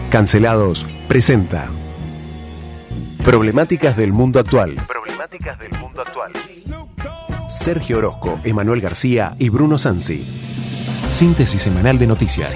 Cancelados presenta Problemáticas del mundo actual. Sergio Orozco, Emanuel García y Bruno Sansi. Síntesis semanal de noticias.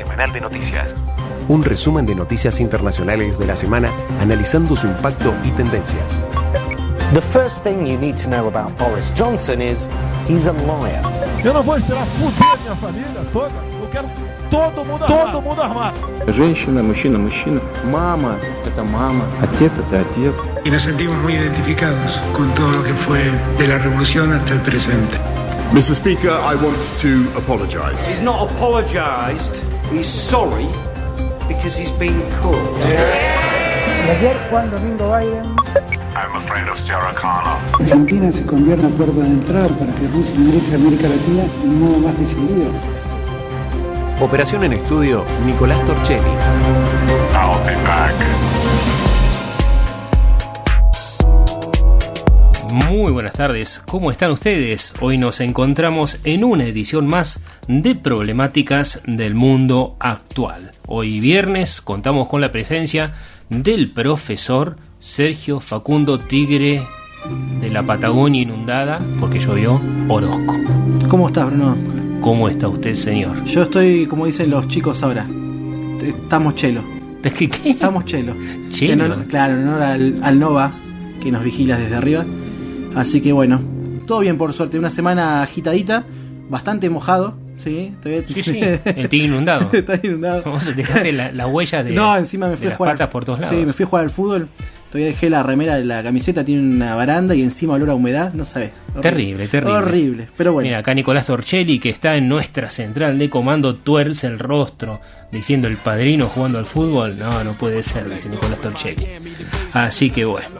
Un resumen de noticias internacionales de la semana, analizando su impacto y tendencias. The first thing you need to know about Boris Johnson is he's a liar. Eu não vou esperar fuder minha família toda. Eu quero todo mundo armado. Женщина, мужчина, мама – это мама, отец – это отец. Y nos sentimos muy identificados con todo lo que fue de la revolución hasta el presente. Mr. Speaker, I want to apologise. He's not apologised, he's sorry because he's been caught. Y ayer Juan Domingo Biden. I'm a friend of Sarah Connor. Argentina se convierte en puerta de entrada para que Rusia ingrese a América Latina de un modo más decidido. Operación en estudio, Nicolás Torchelli. I'll be back. Muy buenas tardes, ¿cómo están ustedes? Hoy nos encontramos en una edición más de Problemáticas del mundo actual. Hoy viernes contamos con la presencia del profesor Sergio Facundo Tigre de la Patagonia inundada, porque llovió, Orozco. ¿Cómo estás, Bruno? ¿Cómo está usted, señor? Yo estoy, como dicen los chicos ahora, estamos chelo. ¿Qué? Estamos chelo. ¿Chelo? Claro, en honor al Nova, que nos vigila desde arriba. Así que bueno, todo bien por suerte. Una semana agitadita, bastante mojado. Sí, sí, el tigre inundado. Está inundado. ¿Cómo se dejaste la huella de, no, encima me fui de a jugar las patas por todos lados? Sí, me fui a jugar al fútbol. Todavía dejé la remera de la camiseta, tiene una baranda y encima olor a humedad, no sabes. Terrible. Horrible, pero bueno. Mira, acá Nicolás Torchelli, que está en nuestra central de comando, tuerce el rostro diciendo el padrino jugando al fútbol. No puede ser, dice Nicolás Torchelli. Así que bueno.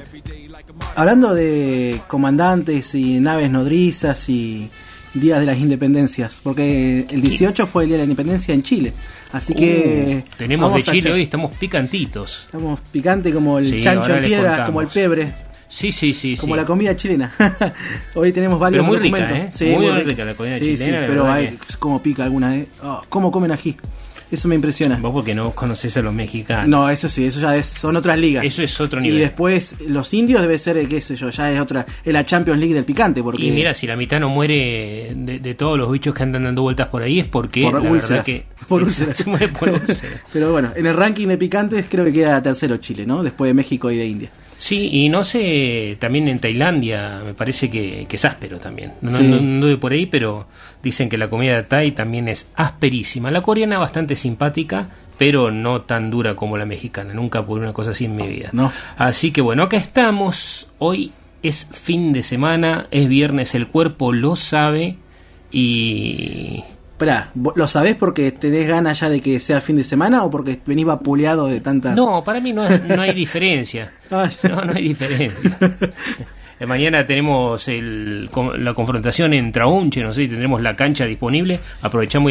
Hablando de comandantes y naves nodrizas y días de las independencias, porque el 18 fue el día de la independencia en Chile. Así que tenemos de Chile hoy, estamos picantitos. Estamos picante como el chancho en piedra, como el pebre. Sí. Como la comida chilena. Hoy tenemos varios muy documentos. Rica, ¿eh? Sí, muy rica la comida chilena. Sí, pero hay como pica alguna vez. ¿Cómo comen ají? Eso me impresiona. Vos porque no conoces a los mexicanos. No, eso sí, eso ya son otras ligas. Eso es otro nivel. Y después los indios debe ser, qué sé yo, ya es otra, es la Champions League del picante. Porque... Y mira, si la mitad no muere de todos los bichos que andan dando vueltas por ahí es porque por la úlceras, verdad que por úlceras. Se muere por úlceras. Pero bueno, en el ranking de picantes creo que queda tercero Chile, ¿no? Después de México y de India. Sí, y no sé, también en Tailandia me parece que es áspero también. No doy por ahí, pero dicen que la comida de Thai también es asperísima. La coreana bastante simpática, pero no tan dura como la mexicana. Nunca por una cosa así en mi vida. No. Así que bueno, acá estamos. Hoy es fin de semana, es viernes, el cuerpo lo sabe y... Esperá, ¿lo sabés porque tenés ganas ya de que sea fin de semana o porque venís vapuleado de tantas...? No, para mí no hay diferencia. No hay diferencia. Mañana tenemos la confrontación en Traunche, no sé si tendremos la cancha disponible. Aprovechamos,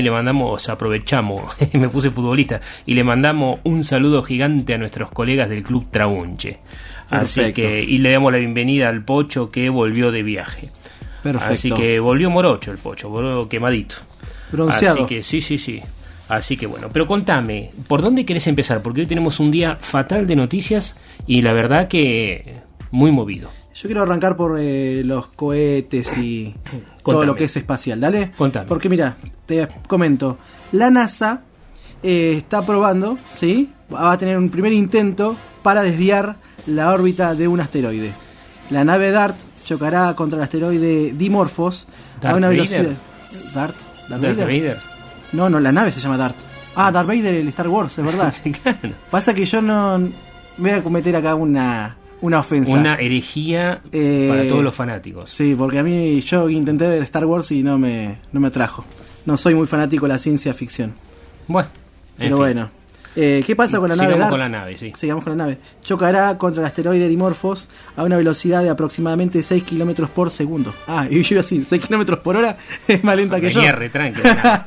me puse futbolista, y le mandamos un saludo gigante a nuestros colegas del Club Traunche. Así que, y le damos la bienvenida al Pocho que volvió de viaje. Perfecto. Así que volvió morocho el Pocho, volvió quemadito. Bronceado. Así que sí. Así que bueno, pero contame, ¿por dónde querés empezar? Porque hoy tenemos un día fatal de noticias y la verdad que muy movido. Yo quiero arrancar por los cohetes y todo lo que es espacial, ¿dale? Contame. Porque mira, te comento, la NASA está probando, ¿sí? Va a tener un primer intento para desviar la órbita de un asteroide. La nave DART chocará contra el asteroide Dimorphos a una velocidad... ¿Darth Vader? No, la nave se llama DART. Darth Vader, el Star Wars, es verdad. Claro. Pasa que yo no voy a cometer acá una ofensa. Una herejía para todos los fanáticos. Sí, porque a mí yo intenté ver Star Wars y no me atrajo. No soy muy fanático de la ciencia ficción. Bueno, pero bueno. ¿Qué pasa con la nave DART? Sigamos con la nave. Chocará contra el asteroide Dimorphos a una velocidad de aproximadamente 6 kilómetros por segundo. Y yo iba así, 6 kilómetros por hora es más lenta que yo. Venía re tranquilo.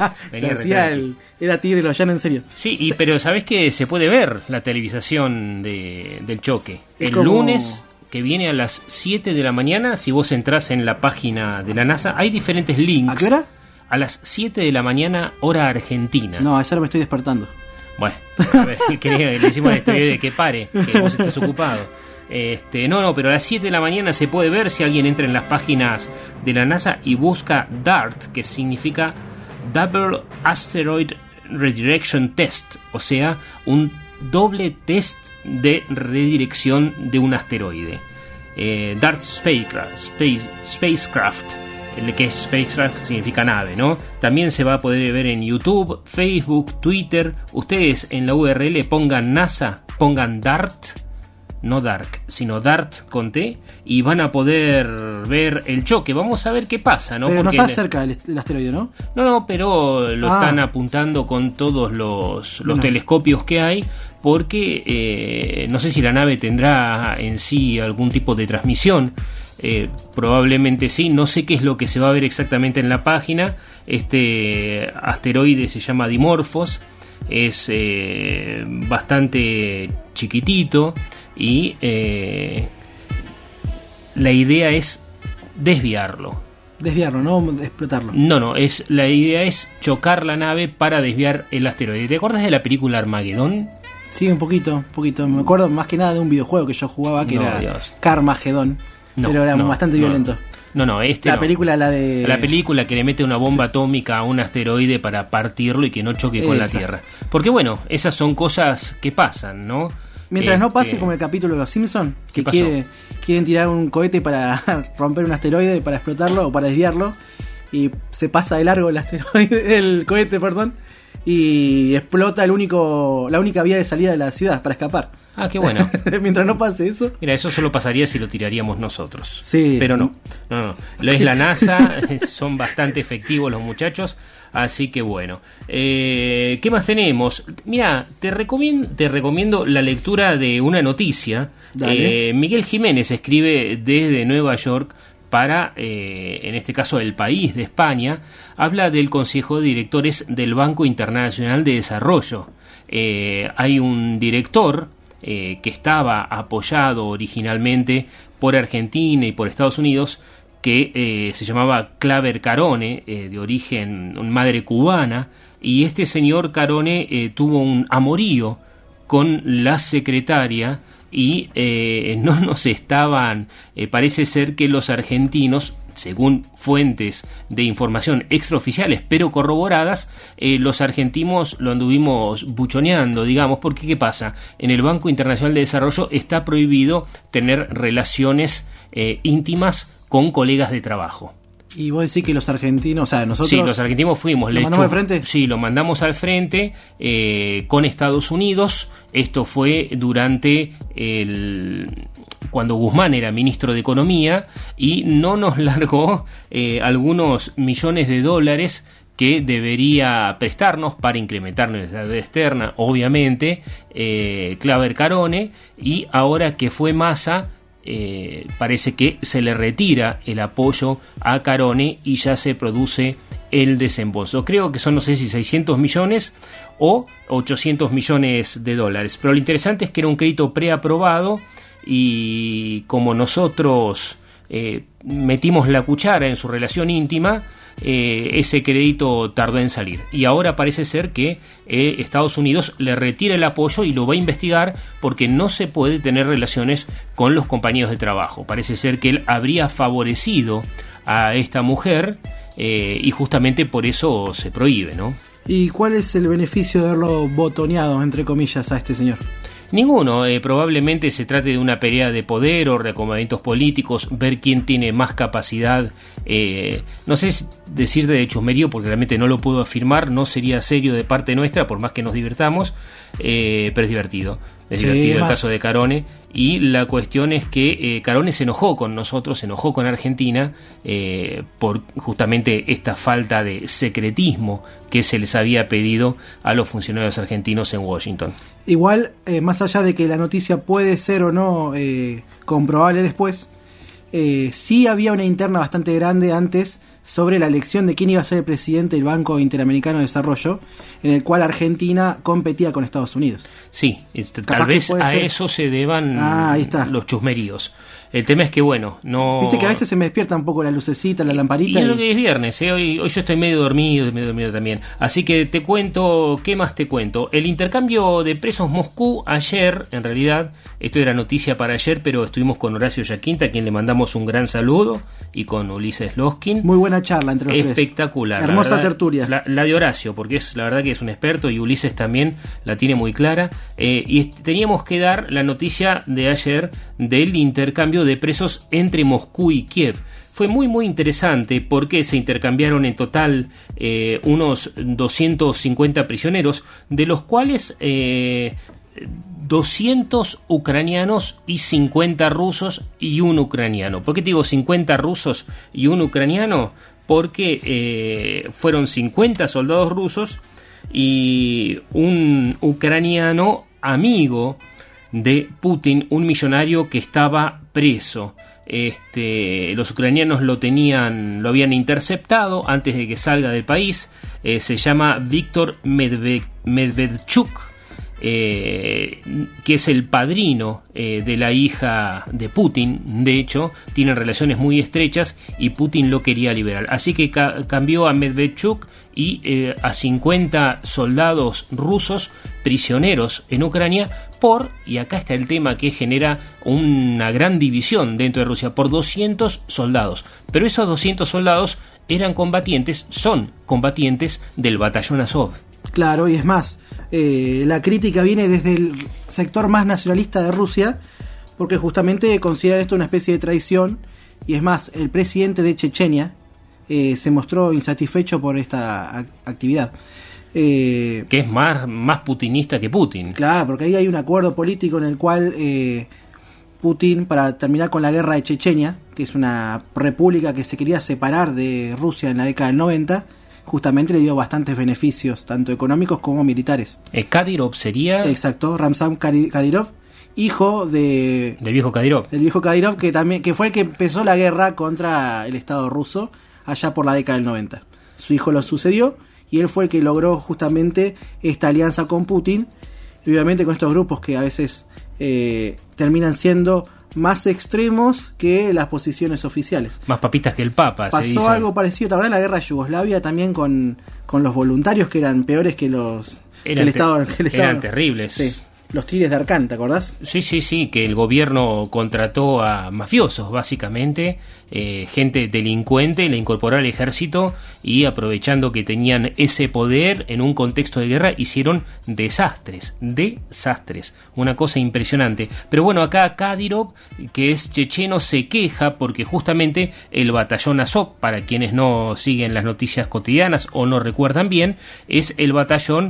Era tigre lo llano en serio. Sí, pero ¿sabés que se puede ver la televisación del choque? El lunes que viene a las 7 de la mañana, si vos entrás en la página de la NASA, hay diferentes links. ¿A qué hora? A las 7 de la mañana, hora argentina. No, a esa hora me estoy despertando. Bueno, a ver, le decimos al asteroide que pare, que vos estás ocupado. No, pero a las 7 de la mañana se puede ver si alguien entra en las páginas de la NASA y busca DART, que significa Double Asteroid Redirection Test, o sea, un doble test de redirección de un asteroide. DART Spacecraft, el que es Spacecraft significa nave, ¿no? También se va a poder ver en YouTube, Facebook, Twitter. Ustedes en la URL pongan NASA, pongan DART, no Dark, sino DART con T, y van a poder ver el choque. Vamos a ver qué pasa, ¿no? Pero porque no está cerca el asteroide, ¿no? No, pero lo están apuntando con todos los telescopios que hay, porque no sé si la nave tendrá en sí algún tipo de transmisión. Probablemente sí, no sé qué es lo que se va a ver exactamente en la página. Este asteroide se llama Dimorphos, es bastante chiquitito y la idea es desviarlo, no explotarlo. La idea es chocar la nave para desviar el asteroide. ¿Te acuerdas de la película Armageddon? Sí, un poquito. Me acuerdo más que nada de un videojuego que yo jugaba que era Carmageddon. Pero era bastante violento. La película que le mete una bomba atómica a un asteroide para partirlo y que no choque con la Tierra. Porque bueno, esas son cosas que pasan, ¿no? Mientras no pase como el capítulo de Los Simpsons, que quieren tirar un cohete para romper un asteroide, para explotarlo o para desviarlo, y se pasa de largo el cohete, y explota la única vía de salida de la ciudad para escapar. Ah, qué bueno. Mientras no pase eso. Mira, eso solo pasaría si lo tiraríamos nosotros. Sí. Pero no. Lo es la NASA, son bastante efectivos los muchachos, así que bueno. ¿Qué más tenemos? Mira, te recomiendo la lectura de una noticia. Miguel Jiménez escribe desde Nueva York para, en este caso, El País de España. Habla del Consejo de Directores del Banco Internacional de Desarrollo. Hay un director que estaba apoyado originalmente por Argentina y por Estados Unidos, que se llamaba Claver Carone, de origen madre cubana, y este señor Carone tuvo un amorío con la secretaria y no nos estaban, parece ser que los argentinos, según fuentes de información extraoficiales pero corroboradas, los argentinos lo anduvimos buchoneando, digamos, porque ¿qué pasa? En el Banco Internacional de Desarrollo está prohibido tener relaciones íntimas con colegas de trabajo. Y vos decís que los argentinos, o sea, nosotros... Sí, los argentinos fuimos. ¿Lo mandamos al frente? Sí, lo mandamos al frente con Estados Unidos. Esto fue durante cuando Guzmán era ministro de Economía, y no nos largó algunos millones de dólares que debería prestarnos para incrementar nuestra deuda externa, obviamente, Claver Carone, y ahora que fue Massa, parece que se le retira el apoyo a Carone y ya se produce el desembolso. Creo que son, no sé si 600 millones o 800 millones de dólares. Pero lo interesante es que era un crédito preaprobado, y como nosotros metimos la cuchara en su relación íntima, ese crédito tardó en salir, y ahora parece ser que Estados Unidos le retira el apoyo y lo va a investigar, porque no se puede tener relaciones con los compañeros de trabajo. Parece ser que él habría favorecido a esta mujer, y justamente por eso se prohíbe, ¿no? ¿Y cuál es el beneficio de haberlo botoneado, entre comillas, a este señor? Ninguno. Probablemente se trate de una pelea de poder o reacomodamientos políticos, ver quién tiene más capacidad. No sé decir de chusmerío, porque realmente no lo puedo afirmar, no sería serio de parte nuestra, por más que nos divertamos, pero es divertido. Es divertido el caso de Carone, y la cuestión es que Carone se enojó con nosotros, se enojó con Argentina por justamente esta falta de secretismo que se les había pedido a los funcionarios argentinos en Washington. Igual, más allá de que la noticia puede ser o no comprobable después, sí había una interna bastante grande antes sobre la elección de quién iba a ser el presidente del Banco Interamericano de Desarrollo, en el cual Argentina competía con Estados Unidos. Sí, tal vez a eso se deban los chusmeríos. El tema es que, bueno, no... Viste que a veces se me despierta un poco la lucecita, la lamparita. Y es lo que es viernes, hoy yo estoy medio dormido también. Así que te cuento, ¿qué más te cuento? El intercambio de presos Moscú ayer, en realidad, esto era noticia para ayer, pero estuvimos con Horacio Yaquinta, a quien le mandamos un gran saludo, y con Ulises Loskin. Muy buena charla entre los tres. Espectacular. Hermosa tertulia. La de Horacio, porque la verdad que es un experto, y Ulises también la tiene muy clara. Y teníamos que dar la noticia de ayer del intercambio de presos entre Moscú y Kiev. Fue muy interesante porque se intercambiaron en total unos 250 prisioneros, de los cuales 200 ucranianos y 50 rusos y un ucraniano. ¿Por qué te digo 50 rusos y un ucraniano? Porque fueron 50 soldados rusos y un ucraniano amigo de Putin, un millonario que estaba preso. Los ucranianos lo habían interceptado antes de que salga del país. Se llama Víctor Medvedchuk, que es el padrino de la hija de Putin. De hecho, tienen relaciones muy estrechas y Putin lo quería liberar. Así que cambió a Medvedchuk y a 50 soldados rusos prisioneros en Ucrania y acá está el tema que genera una gran división dentro de Rusia, por 200 soldados. Pero esos 200 soldados son combatientes del batallón Azov. Claro, y es más, la crítica viene desde el sector más nacionalista de Rusia, porque justamente consideran esto una especie de traición, y es más, el presidente de Chechenia se mostró insatisfecho por esta actividad. Que es más putinista que Putin. Claro, porque ahí hay un acuerdo político en el cual Putin, para terminar con la guerra de Chechenia, que es una república que se quería separar de Rusia en la década del 90, justamente le dio bastantes beneficios, tanto económicos como militares. Kadyrov sería... Exacto, Ramzan Kadyrov, hijo del viejo Kadyrov. Del viejo Kadyrov, que fue el que empezó la guerra contra el Estado ruso allá por la década del 90. Su hijo lo sucedió y él fue el que logró justamente esta alianza con Putin, y obviamente con estos grupos que a veces terminan siendo más extremos que las posiciones oficiales. Más papitas que el Papa. Pasó algo parecido, ¿te acuerdas? La guerra de Yugoslavia también con los voluntarios, que eran peores que el Estado. Eran terribles. Sí. Los Tigres de Arcán, ¿te acordás? Sí, que el gobierno contrató a mafiosos, básicamente, gente delincuente, la incorporó al ejército y, aprovechando que tenían ese poder en un contexto de guerra, hicieron desastres, una cosa impresionante. Pero bueno, acá Kadyrov, que es checheno, se queja porque justamente el batallón Azov, para quienes no siguen las noticias cotidianas o no recuerdan bien, es el batallón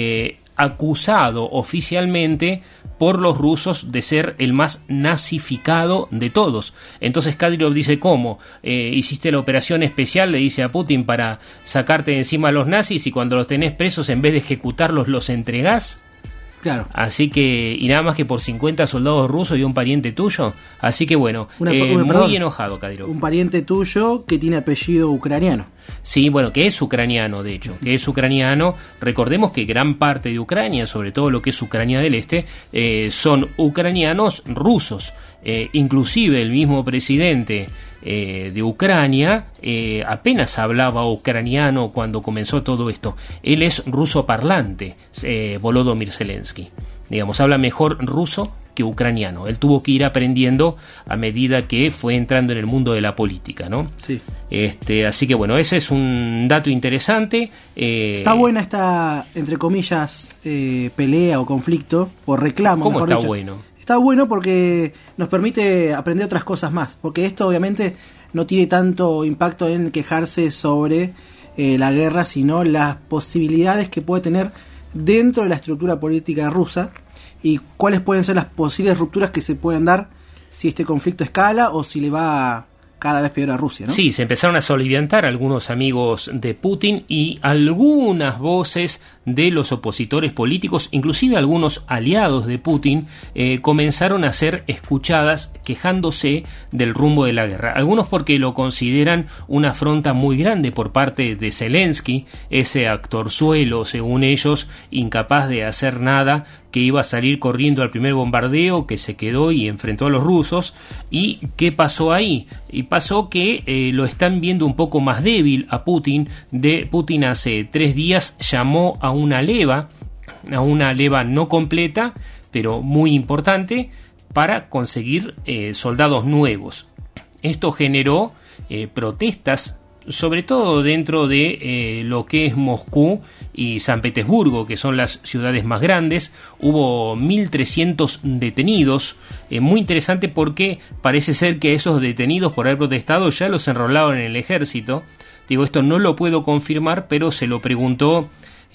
acusado oficialmente por los rusos de ser el más nazificado de todos. Entonces Kadyrov dice: ¿cómo? Hiciste la operación especial, le dice a Putin, para sacarte de encima a los nazis, y cuando los tenés presos, en vez de ejecutarlos, los entregás. Claro. Así que, y nada más que por 50 soldados rusos y un pariente tuyo. Así que bueno, muy enojado Kadyrov. Un pariente tuyo que tiene apellido ucraniano. Sí, bueno, que es ucraniano, de hecho, que es ucraniano. Recordemos que gran parte de Ucrania, sobre todo lo que es Ucrania del Este, son ucranianos rusos. Inclusive el mismo presidente de Ucrania apenas hablaba ucraniano cuando comenzó todo esto. Él es ruso parlante, Volodymyr Zelensky. Digamos, habla mejor ruso que ucraniano. Él tuvo que ir aprendiendo a medida que fue entrando en el mundo de la política, ¿no? Sí. Así que bueno, ese es un dato interesante. Está buena esta, entre comillas, pelea o conflicto, o reclamo. ¿Cómo mejor está dicho. bueno? Está bueno porque nos permite aprender otras cosas más, porque esto obviamente no tiene tanto impacto en quejarse sobre la guerra, sino las posibilidades que puede tener dentro de la estructura política rusa y cuáles pueden ser las posibles rupturas que se pueden dar si este conflicto escala o si le va cada vez peor a Rusia, ¿no? Sí, se empezaron a soliviantar algunos amigos de Putin y algunas voces de los opositores políticos, inclusive algunos aliados de Putin, comenzaron a ser escuchadas quejándose del rumbo de la guerra. Algunos porque lo consideran una afronta muy grande por parte de Zelensky, ese actorzuelo, según ellos, incapaz de hacer nada, que iba a salir corriendo al primer bombardeo, que se quedó y enfrentó a los rusos. ¿Y qué pasó ahí? Y pasó que lo están viendo un poco más débil a Putin. Putin hace 3 días llamó a una leva no completa, pero muy importante, para conseguir soldados nuevos. Esto generó protestas, sobre todo dentro de lo que es Moscú y San Petersburgo, que son las ciudades más grandes. Hubo 1.300 detenidos, muy interesante porque parece ser que esos detenidos por haber protestado ya los enrolaron en el ejército. Digo, esto no lo puedo confirmar, pero se lo preguntó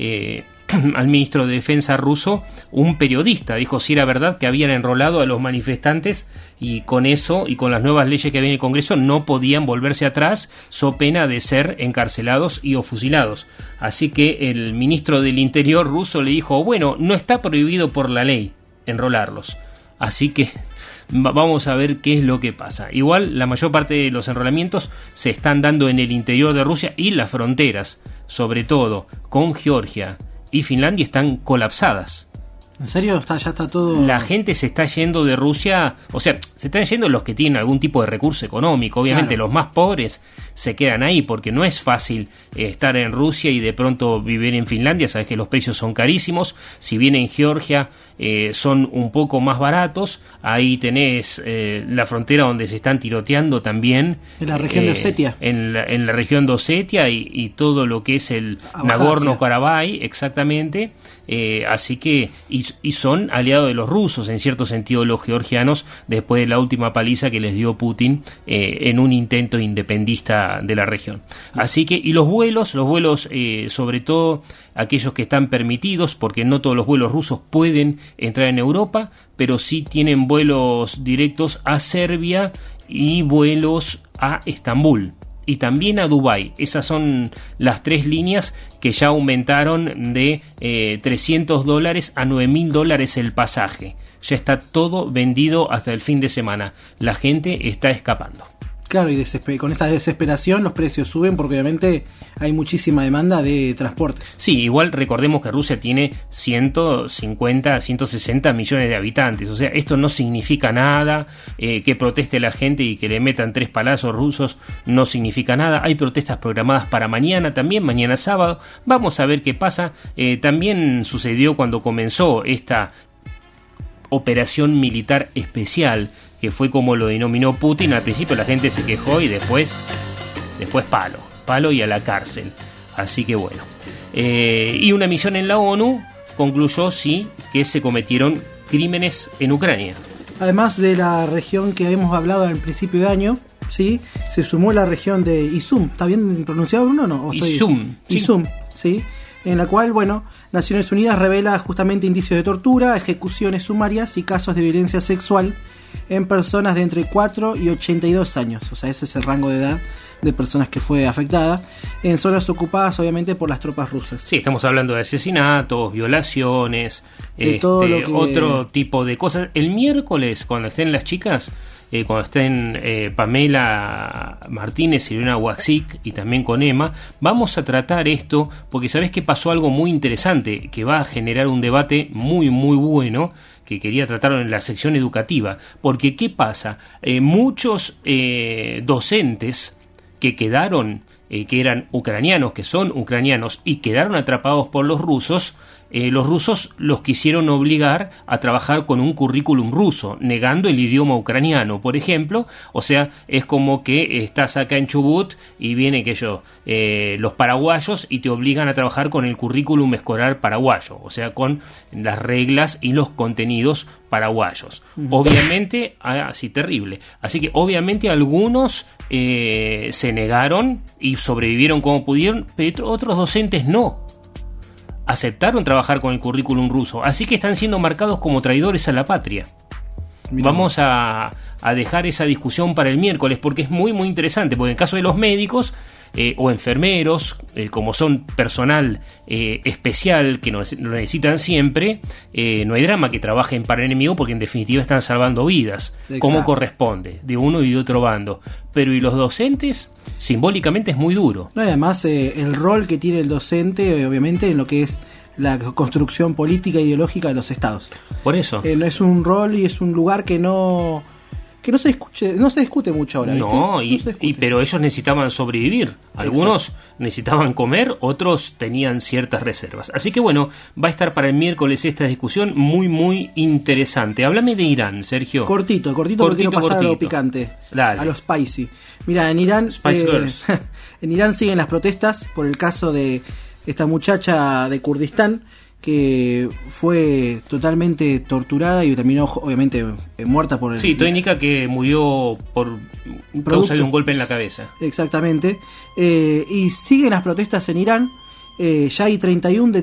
al ministro de Defensa ruso un periodista. Dijo si era verdad que habían enrolado a los manifestantes y con eso y con las nuevas leyes que había en el Congreso no podían volverse atrás, so pena de ser encarcelados y o fusilados. Así que el ministro del Interior ruso le dijo, bueno, no está prohibido por la ley enrolarlos. Así que vamos a ver qué es lo que pasa. Igual la mayor parte de los enrolamientos se están dando en el interior de Rusia y las fronteras, sobre todo con Georgia y Finlandia, están colapsadas. ¿En serio? Ya está todo... La gente se está yendo de Rusia, o sea, se están yendo los que tienen algún tipo de recurso económico. Obviamente los más pobres se quedan ahí porque no es fácil estar en Rusia y de pronto vivir en Finlandia. Sabes que los precios son carísimos. Si bien en Georgia son un poco más baratos, ahí tenés la frontera donde se están tiroteando también. En la región de Osetia. En la región de Osetia y todo lo que es el Nagorno-Karabaj, exactamente. Así que y son aliados de los rusos en cierto sentido los georgianos, después de la última paliza que les dio Putin en un intento independentista de la región. Así que, y los vuelos sobre todo aquellos que están permitidos, porque no todos los vuelos rusos pueden entrar en Europa, pero sí tienen vuelos directos a Serbia y vuelos a Estambul y también a Dubái. Esas son las 3 líneas que ya aumentaron de $300 a $9.000 el pasaje. Ya está todo vendido hasta el fin de semana. La gente está escapando. Claro, y con esta desesperación los precios suben porque obviamente hay muchísima demanda de transporte. Sí, igual recordemos que Rusia tiene 150, 160 millones de habitantes. O sea, esto no significa nada. Que proteste la gente y que le metan 3 palazos rusos no significa nada. Hay protestas programadas para mañana también, mañana sábado. Vamos a ver qué pasa. También sucedió cuando comenzó esta operación militar especial, que fue como lo denominó Putin. Al principio la gente se quejó y después palo y a la cárcel. Así que bueno. Y una misión en la ONU concluyó sí que se cometieron crímenes en Ucrania. Además de la región que habíamos hablado al principio de año, sí, se sumó la región de Izum. ¿Está bien pronunciado, Bruno? ¿No? Izum, sí. En la cual, Naciones Unidas revela justamente indicios de tortura, ejecuciones sumarias y casos de violencia sexual en personas de entre 4 y 82 años. O sea, ese es el rango de edad de personas que fue afectada, en zonas ocupadas obviamente por las tropas rusas. Sí, estamos hablando de asesinatos, violaciones, todo lo que... otro tipo de cosas. El miércoles, cuando estén las chicas, cuando estén Pamela Martínez y Elena Waxik y también con Emma, vamos a tratar esto porque sabés que pasó algo muy interesante que va a generar un debate muy muy bueno que quería tratar en la sección educativa. Porque ¿qué pasa? Muchos docentes que quedaron, que eran ucranianos, que son ucranianos y quedaron atrapados por los rusos los quisieron obligar a trabajar con un currículum ruso, negando el idioma ucraniano, por ejemplo. O sea, es como que estás acá en Chubut y vienen los paraguayos y te obligan a trabajar con el currículum escolar paraguayo, o sea, con las reglas y los contenidos paraguayos. Obviamente, así terrible. Así que obviamente algunos se negaron y sobrevivieron como pudieron, pero otros docentes no. Aceptaron trabajar con el currículum ruso, así que están siendo marcados como traidores a la patria. Vamos a dejar esa discusión para el miércoles, porque es muy, muy interesante, porque en el caso de los médicos o enfermeros, como son personal especial que lo necesitan siempre, no hay drama que trabajen para el enemigo, porque en definitiva están salvando vidas, como corresponde, de uno y de otro bando. Pero ¿y los docentes? Simbólicamente es muy duro. No, además, el rol que tiene el docente, obviamente, en lo que es la construcción política e ideológica de los estados. Por eso. No es un rol y es un lugar que no se discute mucho ahora, ¿viste? Pero ellos necesitaban sobrevivir. Algunos necesitaban comer, otros tenían ciertas reservas. Así que bueno, va a estar para el miércoles esta discusión muy, muy interesante. Háblame de Irán, Sergio. Cortito, porque quiero pasar a lo picante. Dale. A lo spicy. Mira, en Irán en Irán siguen las protestas por el caso de esta muchacha de Kurdistán que fue totalmente torturada y terminó obviamente muerta por el... Sí, todo indica que murió por causa de un golpe en la cabeza. Exactamente. Y siguen las protestas en Irán. Ya hay 31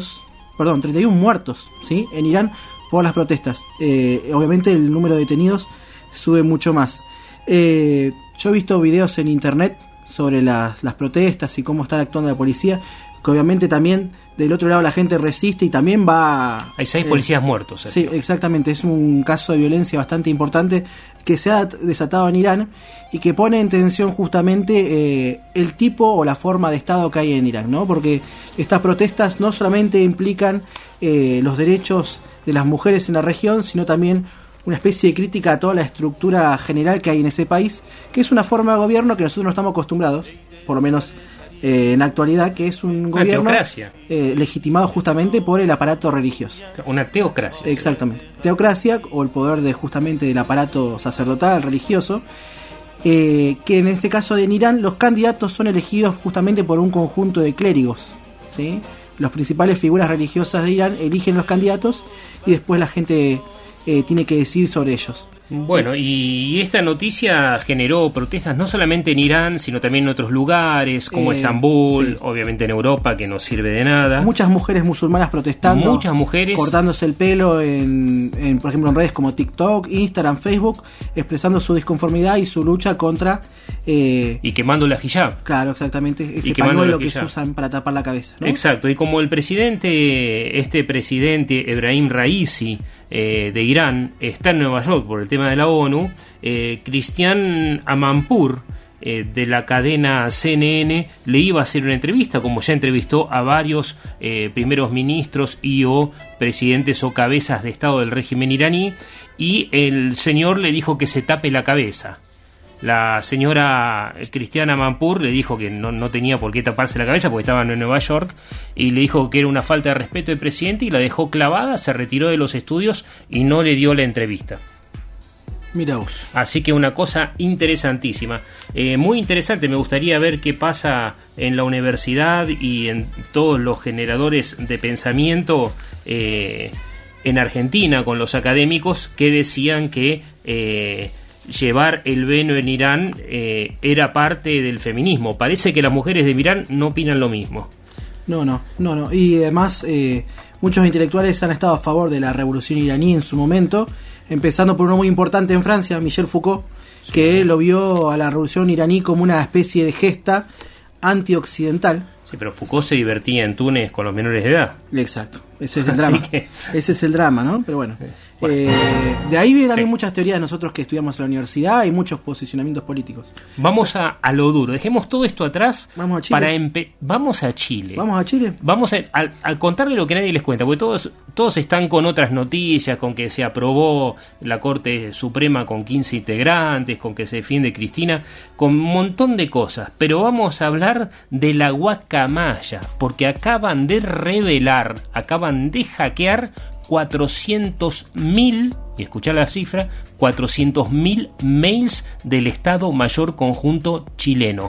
muertos, ¿sí? En Irán por las protestas. Obviamente el número de detenidos sube mucho más. Yo he visto videos en internet sobre las protestas y cómo está actuando la policía, que obviamente también del otro lado la gente resiste y también va... Hay 6 policías muertos. Sí, exactamente, es un caso de violencia bastante importante que se ha desatado en Irán y que pone en tensión justamente el tipo o la forma de Estado que hay en Irán, ¿no? Porque estas protestas no solamente implican los derechos de las mujeres en la región, sino también una especie de crítica a toda la estructura general que hay en ese país, que es una forma de gobierno que nosotros no estamos acostumbrados, por lo menos en la actualidad, que es un gobierno legitimado justamente por el aparato religioso. Una teocracia. Exactamente. Teocracia, o el poder justamente del aparato sacerdotal, religioso, que en este caso en Irán los candidatos son elegidos justamente por un conjunto de clérigos, ¿sí? Las principales figuras religiosas de Irán eligen los candidatos y después la gente tiene que decidir sobre ellos. Bueno, y esta noticia generó protestas no solamente en Irán, sino también en otros lugares, como Estambul, sí, obviamente en Europa, que no sirve de nada. Muchas mujeres musulmanas protestando, muchas mujeres cortándose el pelo por ejemplo, en redes como TikTok, Instagram, Facebook, expresando su disconformidad y su lucha contra... y quemando la hijab. Claro, exactamente, ese pañuelo que se usan para tapar la cabeza, ¿no? Exacto, y como el presidente Ebrahim Raisi de Irán está en Nueva York por el tema de la ONU, Christiane Amanpour de la cadena CNN le iba a hacer una entrevista, como ya entrevistó a varios primeros ministros o presidentes o cabezas de estado del régimen iraní, y el señor le dijo que se tape la cabeza. La señora Christiane Amanpour le dijo que no tenía por qué taparse la cabeza porque estaban en Nueva York, y le dijo que era una falta de respeto del presidente y la dejó clavada, se retiró de los estudios y no le dio la entrevista. Mira vos. Así que una cosa interesantísima, muy interesante. Me gustaría ver qué pasa en la universidad y en todos los generadores de pensamiento en Argentina con los académicos que decían que llevar el velo en Irán era parte del feminismo. Parece que las mujeres de Irán no opinan lo mismo. No. Y además muchos intelectuales han estado a favor de la revolución iraní en su momento, empezando por uno muy importante en Francia, Michel Foucault, que lo vio a la revolución iraní como una especie de gesta antioccidental. Sí, pero Foucault se divertía en Túnez con los menores de edad. Exacto, ese es el drama. Ese es el drama, ¿no? Pero bueno. De ahí vienen también muchas teorías de nosotros que estudiamos en la universidad y muchos posicionamientos políticos. Vamos a lo duro, dejemos todo esto atrás. Vamos a Chile. Vamos a Chile. Vamos a Chile. Vamos a contarle lo que nadie les cuenta, porque todos están con otras noticias, con que se aprobó la Corte Suprema con 15 integrantes, con que se defiende Cristina, con un montón de cosas. Pero vamos a hablar de la guacamaya, porque acaban de revelar, acaban de hackear 400.000, y escuchá la cifra, 400.000 mails del Estado Mayor Conjunto chileno.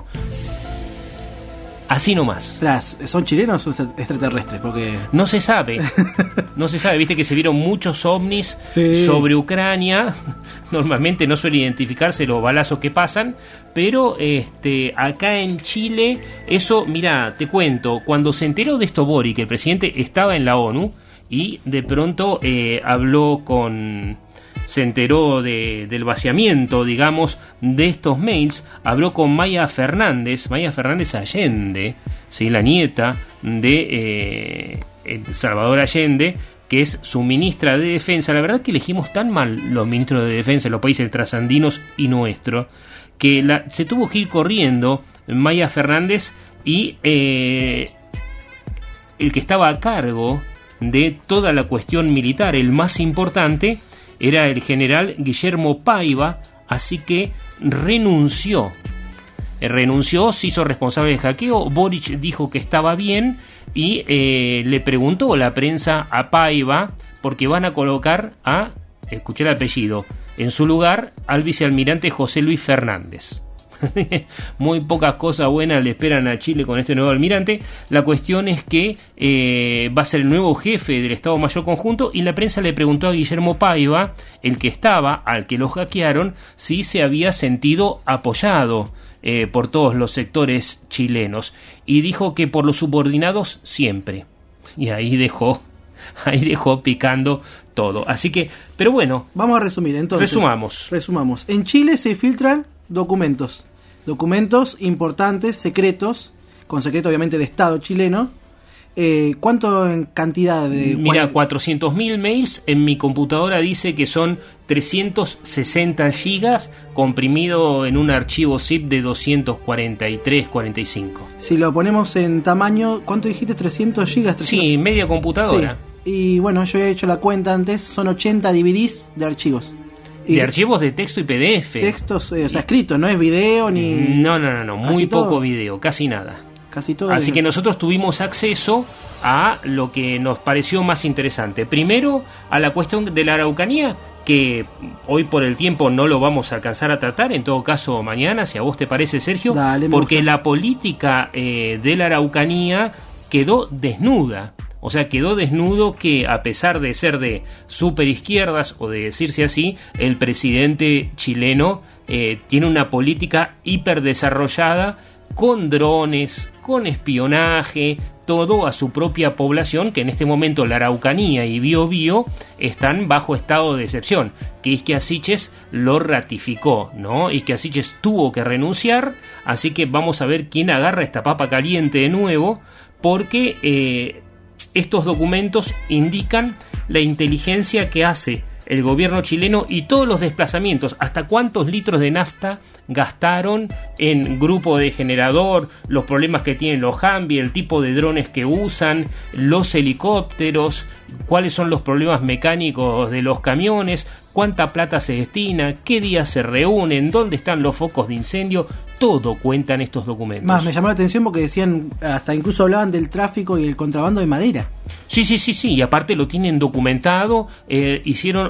Así nomás. ¿Son chilenos o extraterrestres? Porque no se sabe. Viste que se vieron muchos ovnis sobre Ucrania. Normalmente no suele identificarse los balazos que pasan, pero acá en Chile, eso, mira, te cuento, cuando se enteró de esto Boric, el presidente estaba en la ONU, y de pronto habló con se enteró del vaciamiento, digamos, de estos mails, habló con Maya Fernández Allende, ¿sí? La nieta de Salvador Allende, que es su ministra de Defensa. La verdad que elegimos tan mal los ministros de Defensa en los países trasandinos y nuestro, que se tuvo que ir corriendo Maya Fernández y el que estaba a cargo de toda la cuestión militar, el más importante, era el general Guillermo Paiva, así que renunció, se hizo responsable del hackeo. Boric dijo que estaba bien y le preguntó la prensa a Paiva, porque van a colocar escuché el apellido, en su lugar al vicealmirante José Luis Fernández. Muy pocas cosas buenas le esperan a Chile con este nuevo almirante. La cuestión es que va a ser el nuevo jefe del Estado Mayor Conjunto, y la prensa le preguntó a Guillermo Paiva, el que estaba, al que lo hackearon, si se había sentido apoyado por todos los sectores chilenos, y dijo que por los subordinados siempre, y ahí dejó picando todo. Así que, pero bueno, vamos a resumir entonces. Resumamos. En Chile se filtran documentos importantes, secretos, con secreto obviamente de Estado chileno. ¿Cuánto en cantidad de...? Mira, 400.000 mails. En mi computadora dice que son 360 gigas comprimido en un archivo zip de 243-45. Si lo ponemos en tamaño, ¿cuánto dijiste? 300 gigas. 300... Sí, media computadora. Sí. Y bueno, yo he hecho la cuenta antes, son 80 DVDs de archivos. De archivos de texto y PDF. Textos, o sea, escritos, no es video ni... No, muy poco video, casi nada. Casi todo. Así que nosotros tuvimos acceso a lo que nos pareció más interesante. Primero, a la cuestión de la Araucanía, que hoy por el tiempo no lo vamos a alcanzar a tratar, en todo caso mañana, si a vos te parece, Sergio. Dale, porque la política de la Araucanía quedó desnuda. O sea, quedó desnudo que, a pesar de ser de superizquierdas, o de decirse así, el presidente chileno tiene una política hiperdesarrollada, con drones, con espionaje, todo a su propia población, que en este momento la Araucanía y Biobío están bajo estado de excepción, que Isquia Siches lo ratificó, ¿no? Isquia Siches tuvo que renunciar, así que vamos a ver quién agarra esta papa caliente de nuevo, porque estos documentos indican la inteligencia que hace el gobierno chileno y todos los desplazamientos, hasta cuántos litros de nafta gastaron en grupo de generador, los problemas que tienen los Humvee, el tipo de drones que usan, los helicópteros, cuáles son los problemas mecánicos de los camiones, cuánta plata se destina, qué días se reúnen, dónde están los focos de incendio. Todo cuentan estos documentos. Más me llamó la atención porque decían, hasta incluso hablaban del tráfico y el contrabando de madera. Sí, y aparte lo tienen documentado. Hicieron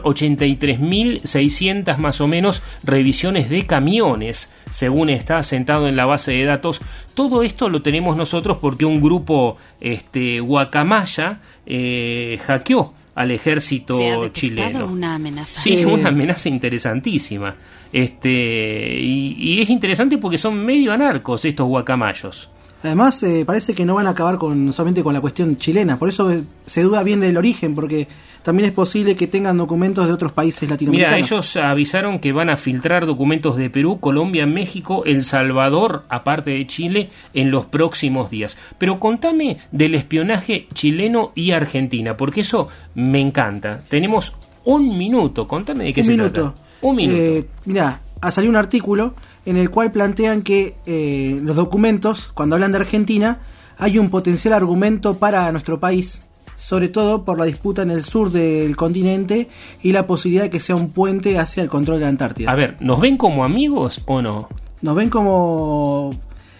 83.600 más o menos revisiones de camiones, según está asentado en la base de datos. Todo esto lo tenemos nosotros porque un grupo guacamaya hackeó al ejército chileno. Una amenaza. Sí, una amenaza interesantísima. Y es interesante porque son medio anarcos estos guacamayos. Además, parece que no van a acabar solamente con la cuestión chilena. Por eso se duda bien del origen, porque también es posible que tengan documentos de otros países latinoamericanos. Mira, ellos avisaron que van a filtrar documentos de Perú, Colombia, México, El Salvador, aparte de Chile, en los próximos días. Pero contame del espionaje chileno y Argentina, porque eso me encanta. Tenemos un minuto, contame de qué se trata. Un minuto. Mira, ha salido un artículo en el cual plantean que los documentos, cuando hablan de Argentina, hay un potencial argumento para nuestro país, sobre todo por la disputa en el sur del continente y la posibilidad de que sea un puente hacia el control de la Antártida. A ver, ¿nos ven como amigos o no? Nos ven como...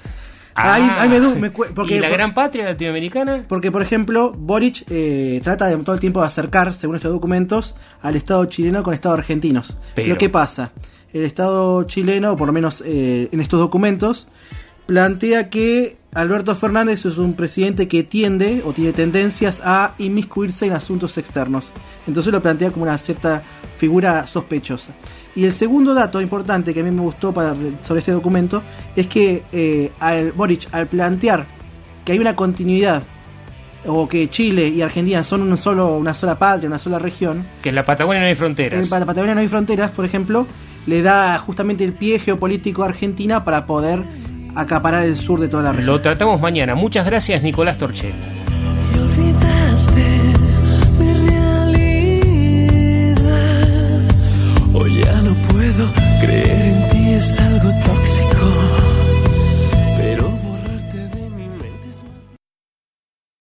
porque, ¿y la gran patria latinoamericana? Porque, por ejemplo, Boric trata de todo el tiempo de acercar, según estos documentos, al Estado chileno con Estados argentinos. Pero ¿qué pasa? El Estado chileno, por lo menos en estos documentos, plantea que Alberto Fernández es un presidente que tiende o tiene tendencias a inmiscuirse en asuntos externos. Entonces lo plantea como una cierta figura sospechosa. Y el segundo dato importante que a mí me gustó sobre este documento es que Boric, al plantear que hay una continuidad o que Chile y Argentina son una sola patria, una sola región. Que en la Patagonia no hay fronteras. En la Patagonia no hay fronteras, por ejemplo, le da justamente el pie geopolítico a Argentina para poder acaparar el sur de toda la región. Lo tratamos mañana. Muchas gracias, Nicolás Torchel.